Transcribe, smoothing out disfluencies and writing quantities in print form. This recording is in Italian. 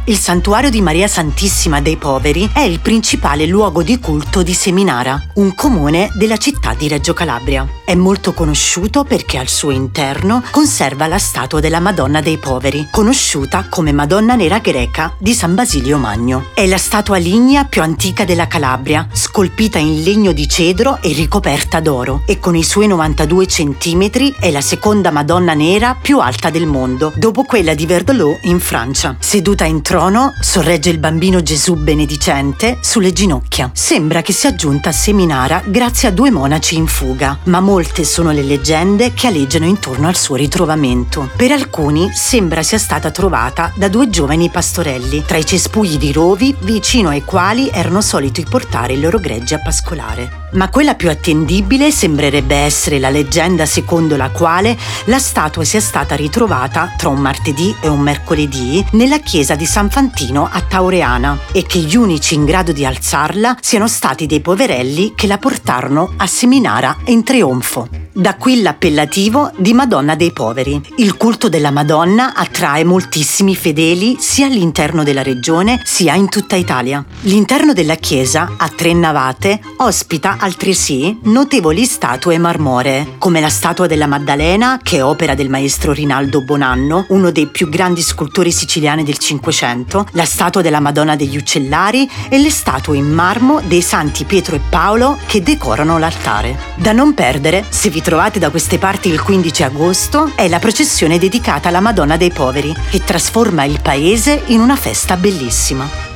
Il santuario di Maria Santissima dei Poveri è il principale luogo di culto di Seminara, un comune della città di Reggio Calabria. È molto conosciuto perché al suo interno conserva la statua della Madonna dei Poveri, conosciuta come Madonna Nera Greca di San Basilio Magno. È la statua lignea più antica della Calabria, scolpita in legno di cedro e ricoperta d'oro, e con i suoi 92 centimetri è la seconda Madonna nera più alta del mondo, dopo quella di Verdolot in Francia. Seduta in trono, sorregge il bambino Gesù benedicente sulle ginocchia. Sembra che sia giunta a Seminara grazie a 2 monaci in fuga, ma molte sono le leggende che aleggiano intorno al suo ritrovamento. Per alcuni sembra sia stata trovata da 2 giovani pastorelli, tra i cespugli di rovi vicino ai quali erano soliti portare i loro greggi a pascolare. Ma quella più attendibile sembrerebbe essere la leggenda secondo la quale la statua sia stata ritrovata tra un martedì e un mercoledì nella chiesa di San Fantino a Taureana e che gli unici in grado di alzarla siano stati dei poverelli che la portarono a Seminara in trionfo. Da qui l'appellativo di Madonna dei Poveri. Il culto della Madonna attrae moltissimi fedeli sia all'interno della regione sia in tutta Italia. L'interno della chiesa, a 3 navate, ospita altresì notevoli statue marmoree, come la statua della Maddalena, che è opera del maestro Rinaldo Bonanno, uno dei più grandi scultori siciliani del Cinquecento, la statua della Madonna degli Uccellari e le statue in marmo dei santi Pietro e Paolo che decorano l'altare. Da non perdere, se vi trovate da queste parti il 15 agosto, è la processione dedicata alla Madonna dei Poveri, che trasforma il paese in una festa bellissima.